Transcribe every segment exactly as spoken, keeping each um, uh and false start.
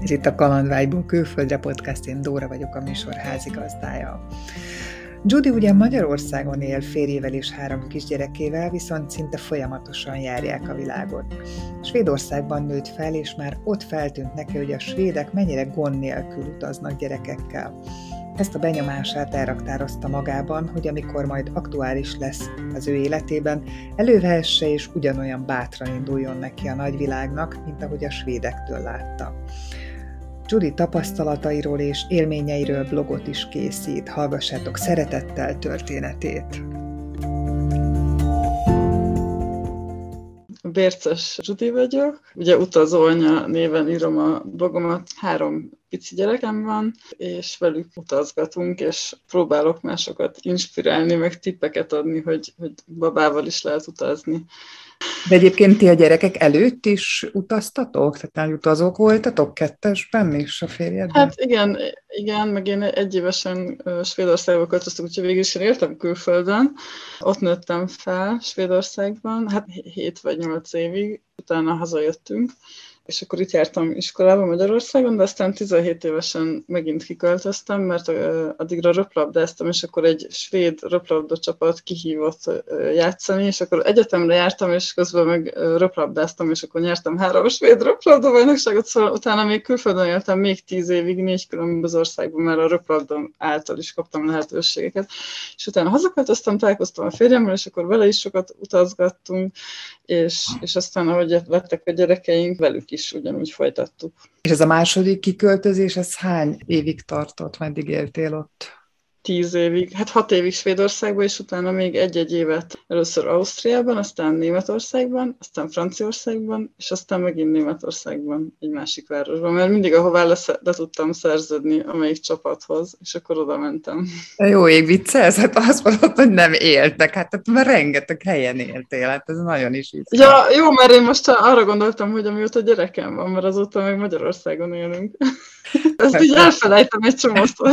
Ez itt a Kalandvágyból külföldre podcast, én Dóra vagyok, a műsor házigazdája. Judy ugyan Magyarországon él férjével és három kisgyerekével, viszont szinte folyamatosan járják a világot. Svédországban nőtt fel, és már ott feltűnt neki, hogy a svédek mennyire gond nélkül utaznak gyerekekkel. Ezt a benyomását elraktározta magában, hogy amikor majd aktuális lesz az ő életében, elővehesse és ugyanolyan bátran induljon neki a nagyvilágnak, mint ahogy a svédektől látta. Judy tapasztalatairól és élményeiről blogot is készít, hallgassátok szeretettel történetét. Bérces Judy vagyok, ugye utazóanya néven írom a blogomat, három pici gyerekem van, és velük utazgatunk, és próbálok másokat inspirálni, meg tippeket adni, hogy, hogy babával is lehet utazni. De egyébként ti a gyerekek előtt is utaztatok? Tehát utazók voltatok kettesben is a férjedben? Hát igen, igen, meg én egyévesen Svédországba költöztük, úgyhogy végül is én éltem külföldön. Ott nőttem fel Svédországban, hát hét vagy nyolc évig, utána hazajöttünk. És akkor itt jártam iskolába Magyarországon, de aztán tizenhét évesen megint kiköltöztem, mert addigra röplabdáztam, és akkor egy svéd röplabda csapat kihívott játszani, és akkor egyetemre jártam, és közben meg röplabdáztam, és akkor nyertem három svéd röplabda bajnokságot, szóval utána még külföldön éltem még tíz évig, négy különböző országban, mert a röplabda által is kaptam lehetőségeket. És utána hazaköltöztem, találkoztam a férjemmel, és akkor vele is sokat utazgattunk, és, és aztán, ahogy lettek a gyerekeink, velük is ugyanúgy folytattuk. És ez a második kiköltözés, ez hány évig tartott? Meddig éltél ott? Tíz évig, hát hat évig Svédországban, és utána még egy-egy évet először Ausztriában, aztán Németországban, aztán Franciaországban, és aztán megint Németországban, egy másik városban, mert mindig ahová lesz, le tudtam szerződni amelyik csapathoz, és akkor oda mentem. Jó ég, viccelsz? Hát azt mondod, hogy nem éltek, hát már rengeteg helyen éltél, hát ez nagyon is vicces. Ja, jó, mert én most arra gondoltam, hogy amióta gyerekem van, mert azóta még Magyarországon élünk. Ezt így elfelejtem egy csomószor.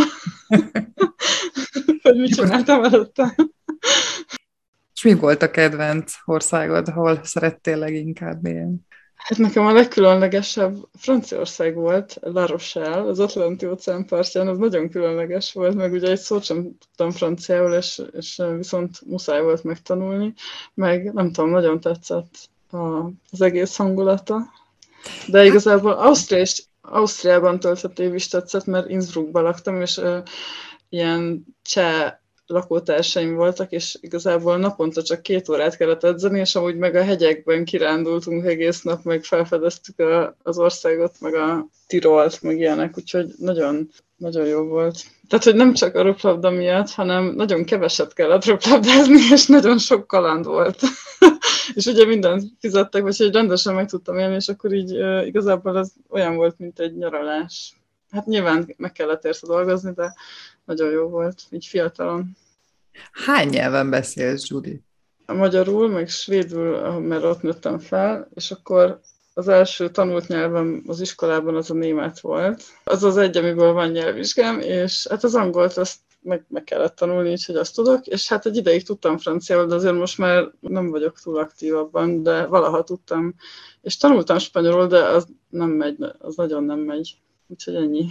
Hogy mit csináltam előtte. És mi volt a kedvenc országod, ahol szerettél leginkább élni? Hát nekem a legkülönlegesebb Franciaország volt, La Rochelle, az Atlanti-óceán partján, az nagyon különleges volt, meg ugye egy szót sem tudtam franciául, és, és viszont muszáj volt megtanulni, meg nem tudom, nagyon tetszett az egész hangulata. De igazából Ausztria és Ausztriában töltött év is tetszett, mert Innsbruckban laktam, és uh, ilyen cseh lakótársaim voltak, és igazából naponta csak két órát kellett edzeni, és amúgy meg a hegyekben kirándultunk egész nap, meg felfedeztük a, az országot, meg a Tirolt, meg ilyenek, úgyhogy nagyon, nagyon jó volt. Tehát, hogy nem csak a röplabda miatt, hanem nagyon keveset kellett röplabdázni, és nagyon sok kaland volt. És ugye mindent fizettek, vagy hogy rendesen meg tudtam élni, és akkor így uh, igazából ez olyan volt, mint egy nyaralás. Hát nyilván meg kellett érte dolgozni, de nagyon jó volt, így fiatalon. Hány nyelven beszélsz, Judy? Magyarul, meg svédül, mert ott nőttem fel, és akkor az első tanult nyelvem az iskolában az a német volt. Az az egy, amiből van nyelvvizsgám, és hát az angolt azt meg, meg kellett tanulni, így, hogy azt tudok, és hát egy ideig tudtam franciául, de azért most már nem vagyok túl aktív abban, de valaha tudtam. És tanultam spanyolul, de az nem megy, az nagyon nem megy. Úgyhogy ennyi.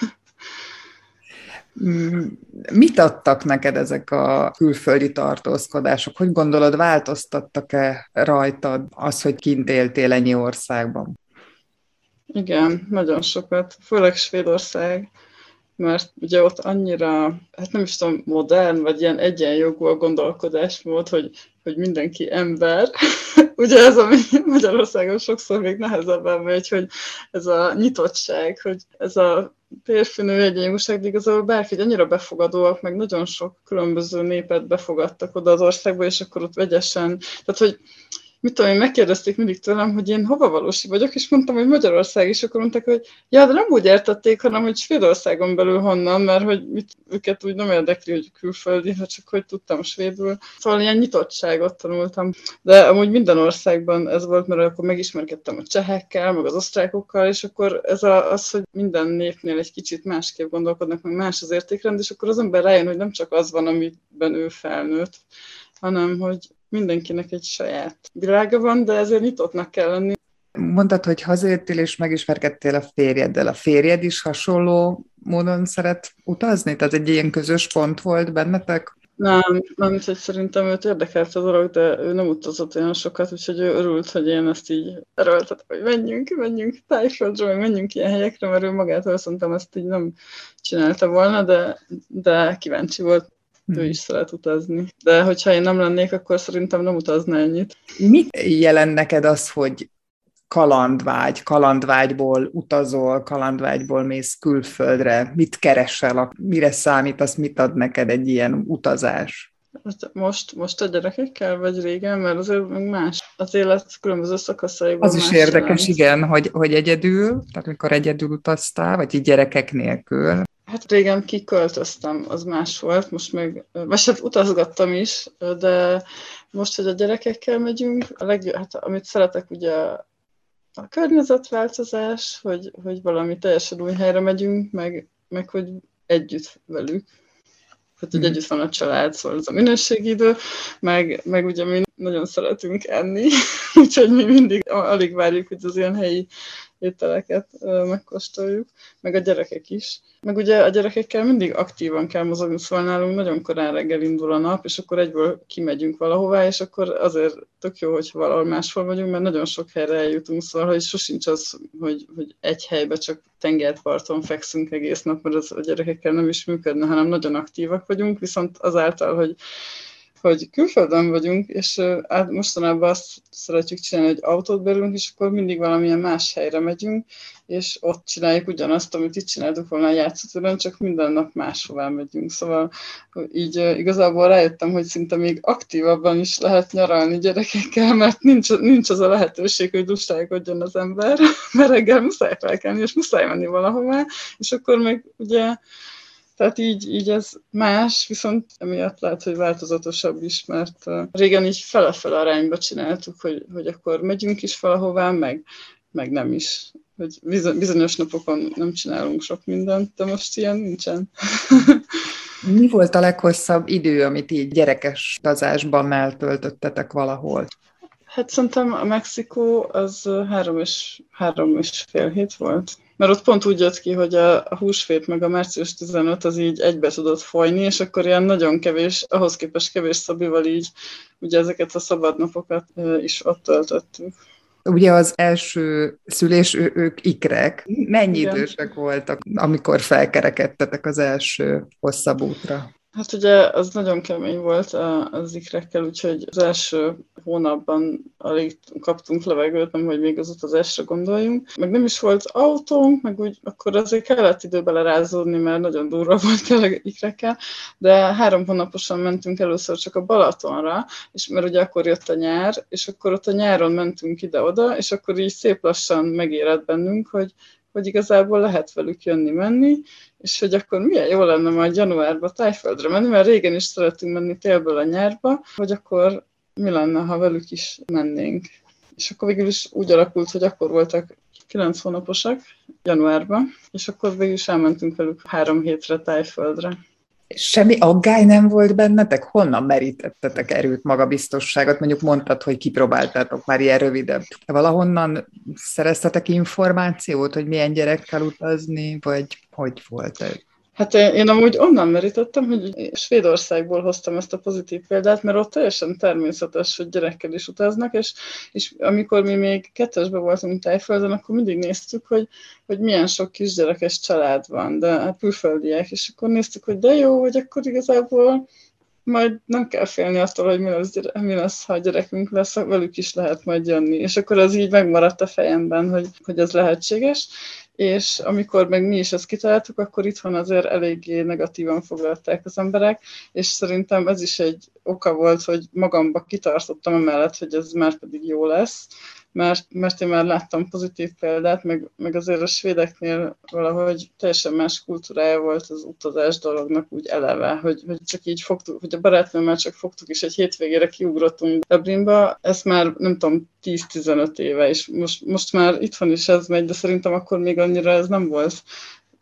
Mit adtak neked ezek a külföldi tartózkodások? Hogy gondolod, változtattak-e rajtad az, hogy kint éltél ennyi országban? Igen, nagyon sokat, főleg Svédország, mert ugye ott annyira, hát nem is tudom, modern, vagy ilyen egyenjogú a gondolkodásmód, hogy, hogy mindenki ember. Ugye ez, ami Magyarországon sokszor még nehezebben megy, hogy ez a nyitottság, hogy ez a férfinő egyenjogúság, de igazából bárki annyira befogadóak, meg nagyon sok különböző népet befogadtak oda az országba, és akkor ott vegyesen, tehát hogy mit tudom én, megkérdezték mindig tőlem, hogy én hova valósi vagyok, és mondtam, hogy Magyarország, és akkor mondták, hogy ja, de nem úgy értették, hanem hogy Svédországon belül honnan, mert hogy mit, őket úgy nem érdekli, hogy külföldi, ha csak hogy tudtam svédül. Szóval ilyen nyitottságot tanultam. De amúgy minden országban ez volt, mert akkor megismerkedtem a csehekkel, meg az osztrákokkal, és akkor ez a, az, hogy minden népnél egy kicsit másképp gondolkodnak, meg más az értékrend, és akkor az ember rájön, hogy nem csak az van, amiben ő felnőtt, hanem hogy mindenkinek egy saját világa van, de ezért nyitottnak kell lenni. Mondtad, hogy hazajöttél és megismerkedtél a férjeddel. A férjed is hasonló módon szeret utazni? Tehát egy ilyen közös pont volt bennetek? Nem, nem, hogy szerintem őt érdekelt a dolog, de ő nem utazott olyan sokat, úgyhogy ő örült, hogy én ezt így erőltetem, hogy menjünk, menjünk Tájföldre, meg menjünk ilyen helyekre, mert ő magától szerintem ezt így nem csinálta volna, de, de kíváncsi volt, hmm. ő is szeret utazni. De hogyha én nem lennék, akkor szerintem nem utazna ennyit. Mit jelent neked az, hogy kalandvágy, kalandvágyból utazol, kalandvágyból mész külföldre, mit keresel, mire számítasz, mit ad neked egy ilyen utazás? Most, most a gyerekekkel, vagy régen, mert azért még más. Az élet különböző szakaszaiban Az is érdekes, jelent. Igen, hogy, hogy egyedül, tehát mikor egyedül utaztál, vagy így gyerekek nélkül. Hát régen kiköltöztem, az más volt, most meg, vagy hát utazgattam is, de most, hogy a gyerekekkel megyünk, a legjobb, hát amit szeretek ugye a környezetváltozás, hogy, hogy valami teljesen új helyre megyünk, meg, meg hogy együtt velük. Hát, hogy mm. együtt van a család, szóval ez a minőségi idő, meg, meg ugye mi nagyon szeretünk enni, úgyhogy mi mindig alig várjuk, hogy az ilyen helyi ételeket megkóstoljuk, meg a gyerekek is. Meg ugye a gyerekekkel mindig aktívan kell mozogni, szóval nálunk nagyon korán reggel indul a nap, és akkor egyből kimegyünk valahová, és akkor azért tök jó, hogy valahol máshol vagyunk, mert nagyon sok helyre eljutunk, szóval hogy sosincs az, hogy, hogy egy helybe csak tengerparton fekszünk egész nap, mert az a gyerekekkel nem is működne, hanem nagyon aktívak vagyunk, viszont azáltal, hogy hogy külföldön vagyunk, és át mostanában azt szeretjük csinálni, hogy autót belünk, és akkor mindig valamilyen más helyre megyünk, és ott csináljuk ugyanazt, amit itt csináltuk volna a játszótéren, csak minden nap máshová megyünk. Szóval így igazából rájöttem, hogy szinte még aktívabban is lehet nyaralni gyerekekkel, mert nincs, nincs az a lehetőség, hogy lustálkodjon az ember, mert reggel muszáj felkelni, és muszáj menni valahová, és akkor meg ugye tehát így, így ez más, viszont emiatt lehet, hogy változatosabb is, mert uh, régen így fele-fele arányba csináltuk, hogy, hogy akkor megyünk is valahová, meg, meg nem is. Hogy bizonyos napokon nem csinálunk sok mindent, de most ilyen nincsen. Mi volt a leghosszabb idő, amit így gyerekes utazásban eltöltöttetek valahol? Hát szerintem a Mexikó az három és, három és fél hét volt. Mert ott pont úgy jött ki, hogy a, a húsvét meg a március tizenötödike az így egybe tudott folyni, és akkor ilyen nagyon kevés, ahhoz képest kevés Szabival így ugye ezeket a szabadnapokat is ott töltöttük. Ugye az első szülés, ő, ők ikrek. Mennyi Igen. idősek voltak, amikor felkerekedtetek az első hosszabb útra? Hát ugye az nagyon kemény volt az ikrekkel, úgyhogy az első hónapban alig kaptunk levegőt, nem hogy még az utazásra gondoljunk. Meg nem is volt autónk, meg úgy akkor azért kellett időbe lerázódni, mert nagyon durva volt tényleg ikrekkel, de három hónaposan mentünk először csak a Balatonra, és mert ugye akkor jött a nyár, és akkor ott a nyáron mentünk ide-oda, és akkor így szép lassan megérett bennünk, hogy hogy igazából lehet velük jönni-menni, és hogy akkor milyen jó lenne majd januárban Tájföldre menni, mert régen is szeretünk menni télből a nyárba, hogy akkor mi lenne, ha velük is mennénk. És akkor végül is úgy alakult, hogy akkor voltak kilenc hónaposak januárban, és akkor végül is elmentünk velük három hétre Tájföldre. Semmi aggály nem volt bennetek? Honnan merítettetek erőt, magabiztosságot? Mondjuk mondtad, hogy kipróbáltátok már ilyen rövidebb. Valahonnan szereztetek információt, hogy milyen gyerekkel utazni, vagy hogy volt ez? Hát én, én amúgy onnan merítettem, hogy Svédországból hoztam ezt a pozitív példát, mert ott teljesen természetes, hogy gyerekkel is utaznak, és, és amikor mi még kettesben voltunk Tájföldön, akkor mindig néztük, hogy, hogy milyen sok kisgyerekes család van, de hát külföldiek, és akkor néztük, hogy de jó, hogy akkor igazából majd nem kell félni attól, hogy mi lesz, gyere, mi lesz, ha gyerekünk lesz, velük is lehet majd jönni. És akkor az így megmaradt a fejemben, hogy, hogy ez lehetséges. És amikor meg mi is ezt kitaláltuk, akkor itthon azért eléggé negatívan foglalták az emberek, és szerintem ez is egy oka volt, hogy magamba kitartottam amellett, hogy ez már pedig jó lesz, mert, mert én már láttam pozitív példát, meg, meg azért a svédeknél valahogy teljesen más kultúrája volt az utazás dolognak úgy eleve, hogy, hogy csak így fogtuk, hogy a barátnőmmel csak fogtuk, és egy hétvégére kiugrottunk Dublinba, ez már nem tudom, tíz-tizenöt éve, és most, most már itthon is ez megy, de szerintem akkor még annyira ez nem volt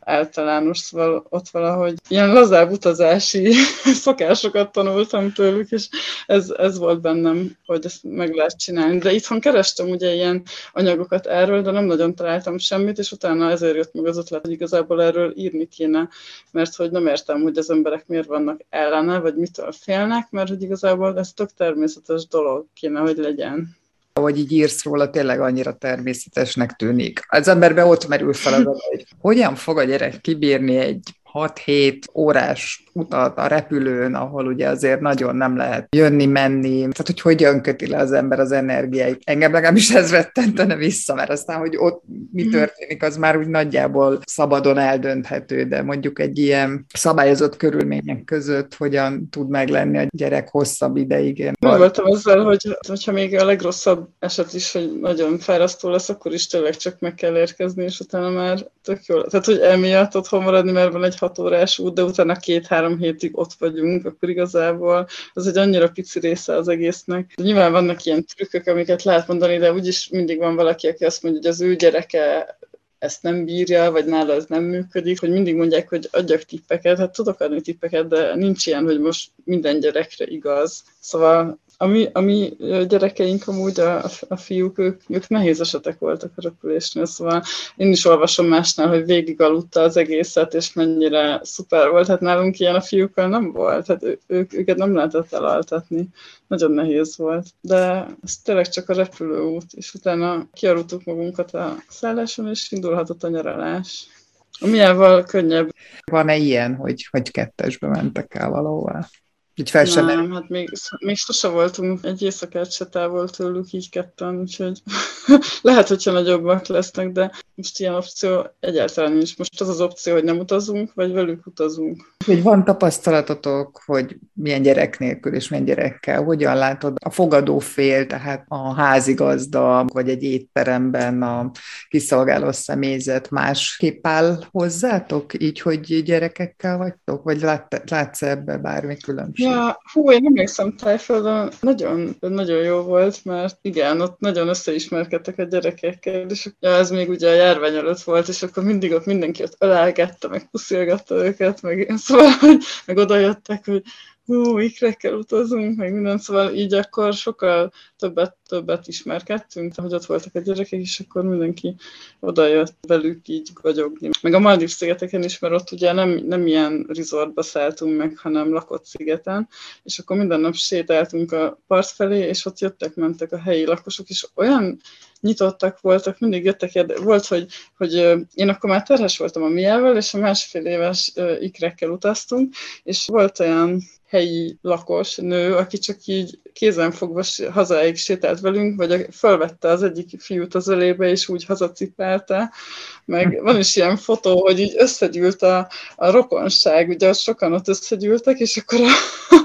általános, szóval ott valahogy ilyen lazább utazási szokásokat tanultam tőlük, és ez, ez volt bennem, hogy ezt meg lehet csinálni. De itthon kerestem ugye ilyen anyagokat erről, de nem nagyon találtam semmit, és utána ezért jött meg az ötlet, hogy igazából erről írni kéne, mert hogy nem értem, hogy az emberek miért vannak ellene, vagy mitől félnek, mert hogy igazából ez tök természetes dolog kéne, hogy legyen. Ahogy így írsz róla, tényleg annyira természetesnek tűnik. Az emberben ott merül fel az, hogy hogyan fog a gyerek kibírni egy hat-hét órás utat a repülőn, ahol ugye azért nagyon nem lehet jönni-menni, tehát hogy hogyan köti le az ember az energiáit. Engem legalábbis ez rettentene vissza, mert aztán, hogy ott mi történik, az már úgy nagyjából szabadon eldönthető, de mondjuk egy ilyen szabályozott körülmények között hogyan tud meglenni a gyerek hosszabb ideig. Én nem voltam ezzel, hogy hogyha még a legrosszabb eset is, hogy nagyon fárasztó lesz, akkor is tényleg csak meg kell érkezni, és utána már tök jó. Tehát, hogy emiatt otthon maradni, mert van egy hat órás út, de utána két-három hétig ott vagyunk, akkor igazából az egy annyira pici része az egésznek. De nyilván vannak ilyen trükkök, amiket lehet mondani, de úgyis mindig van valaki, aki azt mondja, hogy az ő gyereke ezt nem bírja, vagy nála ez nem működik, hogy mindig mondják, hogy adjak tippeket, hát tudok adni tippeket, de nincs ilyen, hogy most minden gyerekre igaz. Szóval a mi, a mi gyerekeink amúgy, a, a fiúk, ők, ők nehéz esetek voltak a repülésnél, szóval én is olvasom másnál, hogy végig aludta az egészet, és mennyire szuper volt, hát nálunk ilyen a fiúkkal nem volt, hát ő, ők, őket nem lehetett elaltatni, nagyon nehéz volt, de ez tényleg csak a repülőút, és utána kialudtuk magunkat a szálláson, és indulhatott a nyaralás. A miával könnyebb. Van-e ilyen, hogy, hogy kettesbe mentek el valahol? Így fel sem nem, hát még, még sose voltunk egy éjszakát se távol tőlük így ketten, úgyhogy lehet, hogyha nagyobbak lesznek, de most ilyen opció egyáltalán nincs. Most az az opció, hogy nem utazunk, vagy velük utazunk. Hogy van tapasztalatotok, hogy milyen gyerek nélkül és milyen gyerekkel, hogyan látod a fogadófél, tehát a házigazda, vagy egy étteremben a kiszolgáló személyzet másképp áll hozzátok, így, hogy gyerekekkel vagytok, vagy lát, látsz ebbe bármi különbség? Ja, hú, én emlékszem Tájföldön, nagyon, nagyon jó volt, mert igen, ott nagyon összeismerkedtek a gyerekekkel, és ja, ez még ugye a járvány előtt volt, és akkor mindig ott mindenki ott ölelgette, meg puszilgatta őket, meg szóval, hogy meg oda jöttek, hogy hú, ikrekkel utazunk, meg minden, szóval így akkor sokkal többet, többet ismerkedtünk, hogy ott voltak a gyerekek, és akkor mindenki oda jött velük így gagyogni. Meg a Maldív-szigeteken is, mert ott ugye nem, nem ilyen resortba szálltunk meg, hanem lakott szigeten, és akkor minden nap sétáltunk a part felé, és ott jöttek-mentek a helyi lakosok, és olyan nyitottak voltak, mindig jöttek érde. Volt, hogy, hogy én akkor már terhes voltam a miával, és a másfél éves ikrekkel utaztunk, és volt olyan helyi lakos nő, aki csak így kézenfogva hazáig sétált velünk, vagy fölvette az egyik fiút az ölébe, és úgy hazacipelte. Meg van is ilyen fotó, hogy így összegyűlt a, a rokonság, ugye ott sokan ott összegyűltek, és akkor a,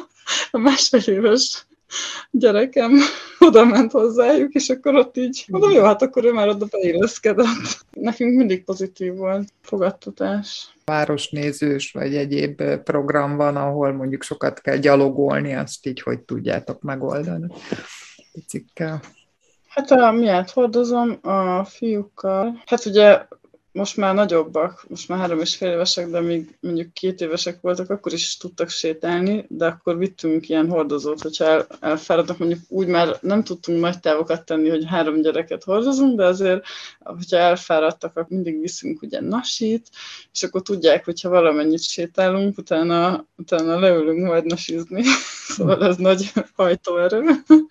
a másfél éves gyerekem oda ment hozzájuk, és akkor ott így, mondom, jó, hát akkor ő már oda beilleszkedett. Nekünk mindig pozitív volt fogadtatás. Városnézős vagy egyéb program van, ahol mondjuk sokat kell gyalogolni, azt így hogy tudjátok megoldani picikkel? Hát a miért hordozom a fiúkkal. Hát ugye most már nagyobbak, most már három és fél évesek, de még mondjuk két évesek voltak, akkor is tudtak sétálni, de akkor vittünk ilyen hordozót, hogyha el, elfáradnak, mondjuk úgy már nem tudtunk nagy távokat tenni, hogy három gyereket hordozunk, de azért, hogyha elfáradtak, akkor mindig viszünk ugye nasit, és akkor tudják, hogyha valamennyit sétálunk, utána, utána leülünk majd nasizni, szóval ez nagy hajtóerő.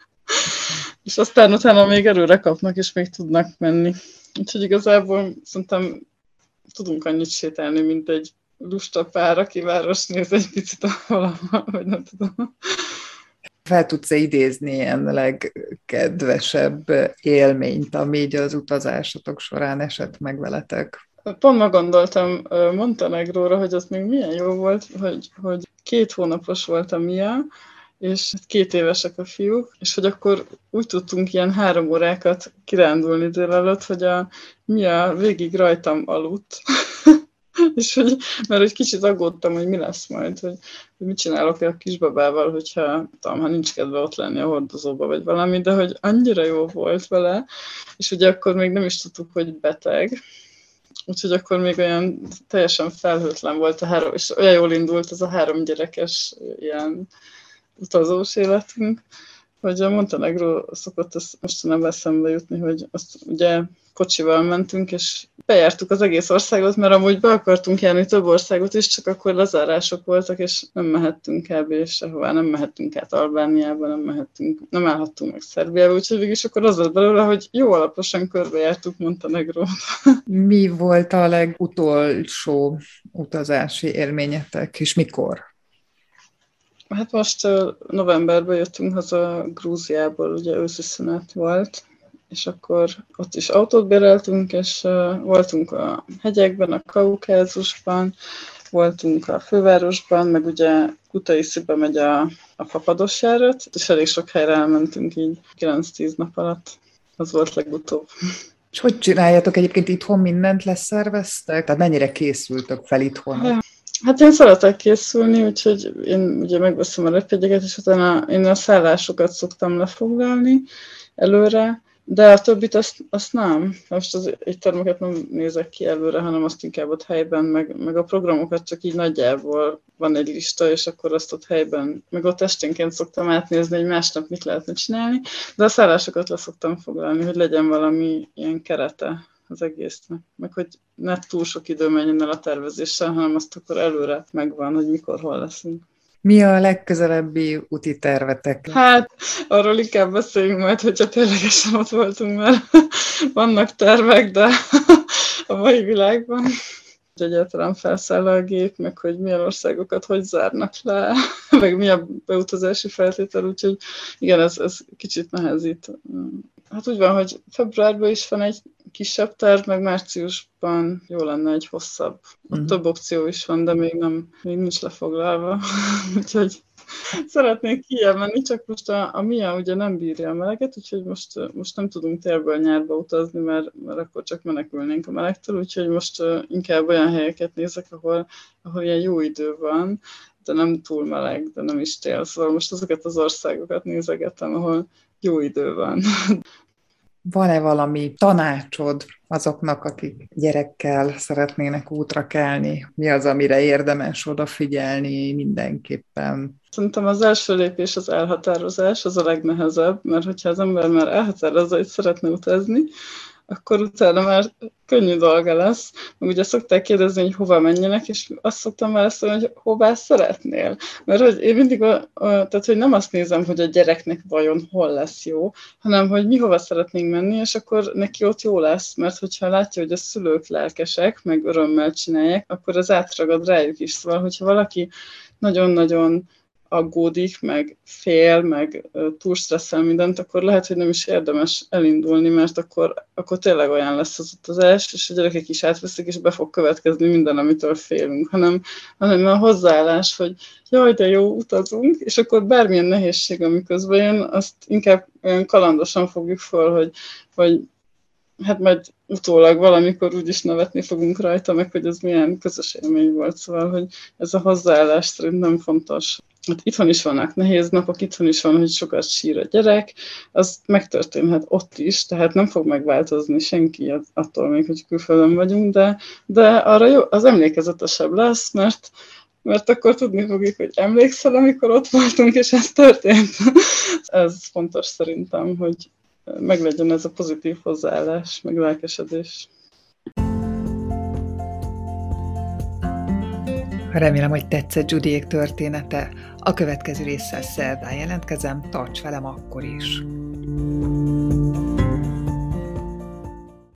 És aztán utána még erőre kapnak, és még tudnak menni. Úgyhogy igazából szerintem tudunk annyit sétálni, mint egy lusta pár, aki városnéz egy picit valahol, vagy nem tudom. Fel tudsz-e idézni ilyen legkedvesebb élményt, ami így az utazásatok során esett meg veletek? Pont ma gondoltam Montenegróra, hogy az még milyen jó volt, hogy, hogy két hónapos volt a Mia, és két évesek a fiúk, és hogy akkor úgy tudtunk ilyen három órákat kirándulni délelőtt, hogy a Mia végig rajtam aludt. És hogy, mert egy kicsit aggódtam, hogy mi lesz majd, hogy, hogy mit csinálok a kisbabával, hogyha tudom, ha nincs kedve ott lenni a hordozóba, vagy valami, de hogy annyira jó volt vele, és ugye akkor még nem is tudtuk, hogy beteg. úgyhogy akkor még olyan teljesen felhőtlen volt a három, és olyan jól indult ez a három gyerekes ilyen utazós életünk, hogy a Montenegro szokott ezt mostanában eszembe jutni, hogy azt ugye kocsival mentünk, és bejártuk az egész országot, mert amúgy be akartunk járni több országot is, csak akkor lezárások voltak, és nem mehettünk kb. Sehová, nem mehettünk át Albániába, nem mehettünk, nem állhattunk meg Szerbiába, úgyhogy végig akkor az lett belőle, hogy jó alaposan körbejártuk Montenegrót. Mi volt a legutolsó utazási élményetek, és mikor? Hát most novemberben jöttünk haza Grúziából, ugye őszi szünet volt, és akkor ott is autót béreltünk, és uh, voltunk a hegyekben, a Kaukázusban, voltunk a fővárosban, meg ugye Kutaiszibe megy a, a Fapados járat, és elég sok helyre elmentünk így kilenc-tíz nap alatt. Az volt legutóbb. És hogy csináljátok egyébként itthon mindent leszerveztek? Tehát mennyire készültök fel itthon? Hát én szeretek készülni, úgyhogy én ugye megveszem a repjegyeket, és utána én a szállásokat szoktam lefoglalni előre, de a többit azt, azt nem. Most az éttermeket nem nézek ki előre, hanem azt inkább ott helyben, meg, meg a programokat csak így nagyjából van egy lista, és akkor azt ott helyben, meg ott esténként szoktam átnézni, hogy másnap mit lehetne csinálni, de a szállásokat le szoktam foglalni, hogy legyen valami ilyen kerete az egésznek, meg hogy ne túl sok idő menjen el a tervezéssel, hanem azt akkor előre megvan, hogy mikor, hol leszünk. Mi a legközelebbi úti tervetek? Hát, arról inkább beszéljünk majd, hogyha ténylegesen ott voltunk, mert vannak tervek, de a mai világban, hogy egyáltalán felszáll a gép, meg hogy milyen országokat hogy zárnak le, meg mi a beutazási feltétel, úgyhogy igen, ez, ez kicsit nehezít. Hát úgy van, hogy februárban is van egy kisebb terv, meg márciusban jó lenne egy hosszabb. Uh-huh. Több opció is van, de még nem, még nincs lefoglalva. Úgyhogy szeretnék kijebb menni, csak most a, a Mia ugye nem bírja a meleget, úgyhogy most, most nem tudunk térből nyárba utazni, mert, mert akkor csak menekülnénk a melegtől, úgyhogy most inkább olyan helyeket nézek, ahol, ahol ilyen jó idő van, de nem túl meleg, de nem is tél. Szóval most azokat az országokat nézegetem, ahol jó idő van. Van-e valami tanácsod azoknak, akik gyerekkel szeretnének útra kelni? Mi az, amire érdemes odafigyelni mindenképpen? Szerintem az első lépés az elhatározás, az a legnehezebb, mert hogyha az ember már elhatározza, hogy szeretne utazni, akkor utána már könnyű dolga lesz. Meg ugye szokták kérdezni, hogy hova menjenek, és azt szoktam válaszolni, hogy hová szeretnél. Mert hogy én mindig, a, a, tehát hogy nem azt nézem, hogy a gyereknek vajon hol lesz jó, hanem hogy mi hova szeretnénk menni, és akkor neki ott jó lesz. Mert hogyha látja, hogy a szülők lelkesek, meg örömmel csinálják, akkor az átragad rájuk is. Szóval, hogyha valaki nagyon-nagyon aggódik, meg fél, meg túl stresszel mindent, akkor lehet, hogy nem is érdemes elindulni, mert akkor, akkor tényleg olyan lesz az utazás, és a gyerekek is átveszik, és be fog következni minden, amitől félünk, hanem, hanem a hozzáállás, hogy jaj, de jó, utazunk, és akkor bármilyen nehézség, ami közben jön, azt inkább olyan kalandosan fogjuk fel, hogy, hogy hát majd utólag valamikor úgyis nevetni fogunk rajta, meg hogy ez milyen közös élmény volt, szóval, hogy ez a hozzáállás szerintem fontos. Hát itthon is vannak nehéz napok, itthon is van, hogy sokat sír a gyerek, az megtörténhet ott is, tehát nem fog megváltozni senki attól még, hogy külföldön vagyunk, de, de arra jó, az emlékezetesebb lesz, mert, mert akkor tudni fogjuk, hogy emlékszel, amikor ott voltunk, és ez történt. Ez fontos szerintem, hogy meglegyen ez a pozitív hozzáállás, meg lelkesedés. Remélem, hogy tetszett Judyék története. A következő résszel szerdán jelentkezem, tarts velem akkor is!